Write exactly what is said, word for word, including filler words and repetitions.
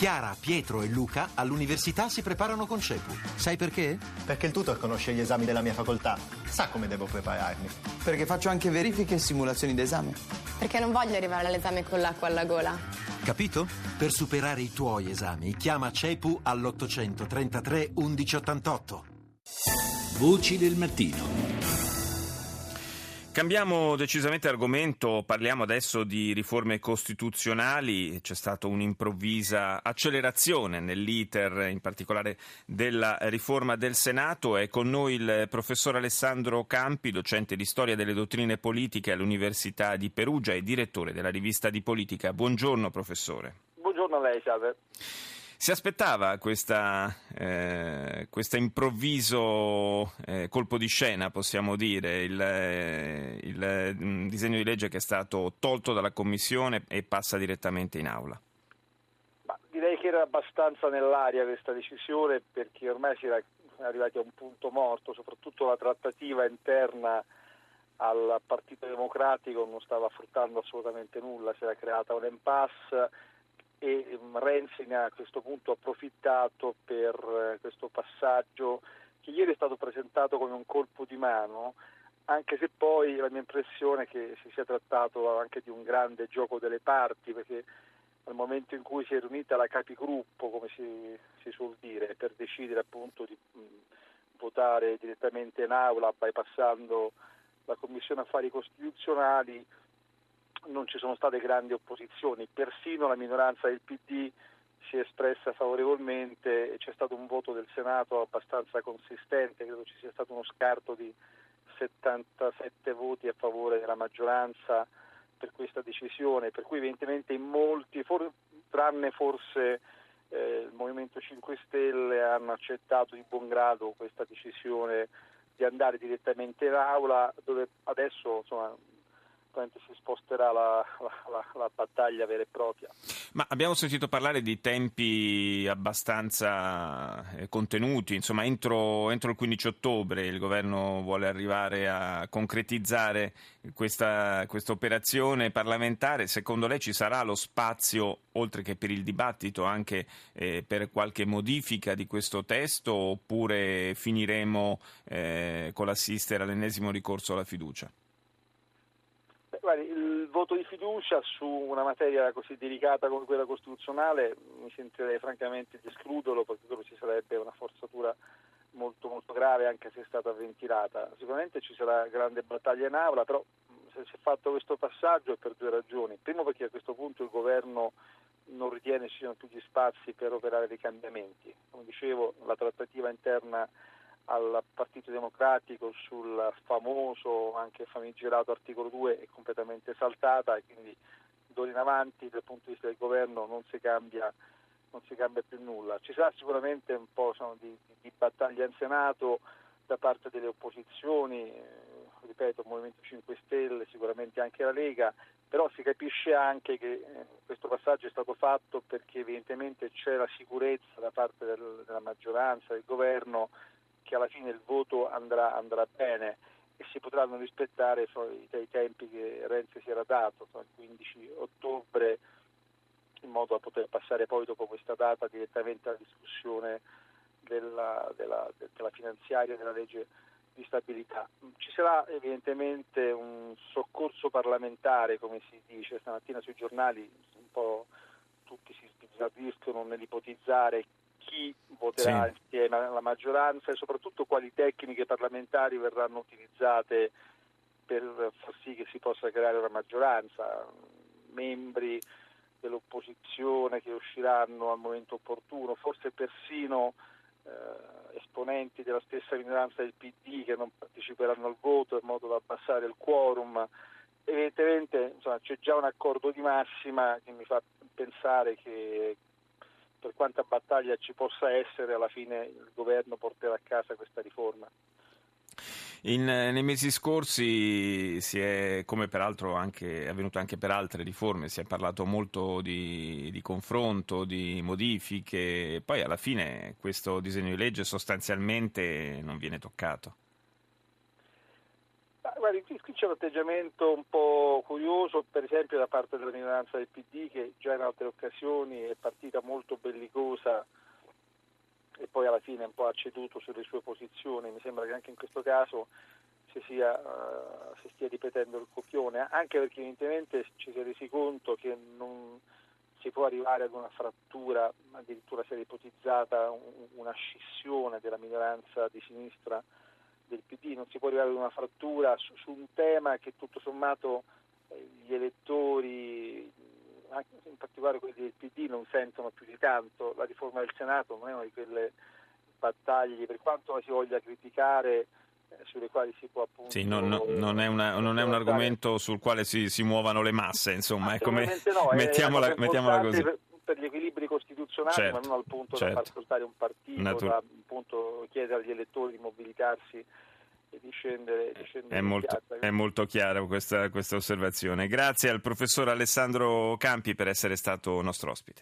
Chiara, Pietro e Luca all'università si preparano con CEPU. Sai perché? Perché il tutor conosce gli esami della mia facoltà, sa come devo prepararmi. Perché faccio anche verifiche e simulazioni d'esame. Perché non voglio arrivare all'esame con l'acqua alla gola. Capito? Per superare i tuoi esami, chiama CEPU all'ottocentotrentatré undici ottantotto. Voci del mattino. Cambiamo decisamente argomento, parliamo adesso di riforme costituzionali. C'è stata un'improvvisa accelerazione nell'iter, in particolare della riforma del Senato. È con noi il professor Alessandro Campi, docente di storia delle dottrine politiche all'Università di Perugia e direttore della rivista di politica. Buongiorno professore. Buongiorno a lei, salve. Si aspettava questa, eh, questo improvviso eh, colpo di scena, possiamo dire, il, eh, il eh, disegno di legge che è stato tolto dalla Commissione e passa direttamente in aula? Ma direi che era abbastanza nell'aria questa decisione, perché ormai si era arrivati a un punto morto, soprattutto la trattativa interna al Partito Democratico non stava fruttando assolutamente nulla, si era creata un impasse e Renzi ne ha a questo punto approfittato per questo passaggio che ieri è stato presentato come un colpo di mano, anche se poi la mia impressione è che si sia trattato anche di un grande gioco delle parti, perché nel momento in cui si è riunita la capigruppo, come si, si suol dire, per decidere appunto di mh, votare direttamente in aula bypassando la Commissione Affari Costituzionali, non ci sono state grandi opposizioni, persino la minoranza del P D si è espressa favorevolmente e c'è stato un voto del Senato abbastanza consistente, credo ci sia stato uno scarto di settantasette voti a favore della maggioranza per questa decisione, per cui evidentemente in molti, for- tranne forse eh, il Movimento cinque Stelle, hanno accettato di buon grado questa decisione di andare direttamente in aula, dove adesso insomma si sposterà la, la, la, la battaglia vera e propria. Ma abbiamo sentito parlare di tempi abbastanza eh, contenuti, insomma entro, entro il quindici ottobre il governo vuole arrivare a concretizzare questa, questa operazione parlamentare. Secondo lei ci sarà lo spazio, oltre che per il dibattito, anche eh, per qualche modifica di questo testo, oppure finiremo eh, con l'assistere all'ennesimo ricorso alla fiducia? Guardi, il voto di fiducia su una materia così delicata come quella costituzionale mi sentirei francamente di escluderlo, perché credo ci sarebbe una forzatura molto molto grave anche se è stata ventilata. Sicuramente ci sarà grande battaglia in aula, però se si è fatto questo passaggio è per due ragioni. Primo, perché a questo punto il governo non ritiene ci siano più gli spazi per operare dei cambiamenti. Come dicevo, la trattativa interna al Partito Democratico sul famoso, anche famigerato articolo due è completamente saltata e quindi d'ora in avanti dal punto di vista del governo non si cambia, non si cambia più nulla. Ci sarà sicuramente un po' insomma, di, di, di battaglia in Senato da parte delle opposizioni, eh, ripeto, il Movimento cinque Stelle, sicuramente anche la Lega, però si capisce anche che eh, questo passaggio è stato fatto perché evidentemente c'è la sicurezza da parte del, della maggioranza, del governo, che alla fine il voto andrà, andrà bene e si potranno rispettare i, i tempi che Renzi si era dato, il quindici ottobre, in modo da poter passare poi dopo questa data direttamente alla discussione della, della, della finanziaria, della legge di stabilità. Ci sarà evidentemente un soccorso parlamentare, come si dice stamattina sui giornali, un po' tutti si sbizzarriscono nell'ipotizzare chi voterà sì. insieme alla maggioranza e soprattutto quali tecniche parlamentari verranno utilizzate per far sì che si possa creare una maggioranza, membri dell'opposizione che usciranno al momento opportuno, forse persino eh, esponenti della stessa minoranza del P D che non parteciperanno al voto in modo da abbassare il quorum. Evidentemente insomma, c'è già un accordo di massima che mi fa pensare che per quanta battaglia ci possa essere, alla fine il governo porterà a casa questa riforma. In, nei mesi scorsi si è, come peraltro anche, è avvenuto anche per altre riforme, si è parlato molto di, di confronto, di modifiche, poi alla fine questo disegno di legge sostanzialmente non viene toccato. Guardi, qui c'è un atteggiamento un po' curioso, per esempio da parte della minoranza del P D, che già in altre occasioni è partita molto bellicosa e poi alla fine un po' ha ceduto sulle sue posizioni. Mi sembra che anche in questo caso si, sia, uh, si stia ripetendo il copione, anche perché evidentemente ci si è resi conto che non si può arrivare ad una frattura, addirittura si era ipotizzata un, una scissione della minoranza di sinistra del P D, non si può arrivare ad una frattura su, su un tema che tutto sommato eh, gli elettori, anche in particolare quelli del P D, non sentono più di tanto. La riforma del Senato non è una di quelle battaglie, per quanto la si voglia criticare, eh, sulle quali si può appunto... Sì, non, no, non, è, una, non è un argomento sul quale si, si muovano le masse, insomma, è come... No, mettiamola, mettiamola così. Per, per gli equilibri costituzionali, certo, ma non al punto certo. da far saltare un partito, Natur- da appunto chiedere agli elettori di mobilitarsi e di scendere, di scendere è, in molto, piazza. È molto chiara questa, questa osservazione. Grazie al professor Alessandro Campi per essere stato nostro ospite.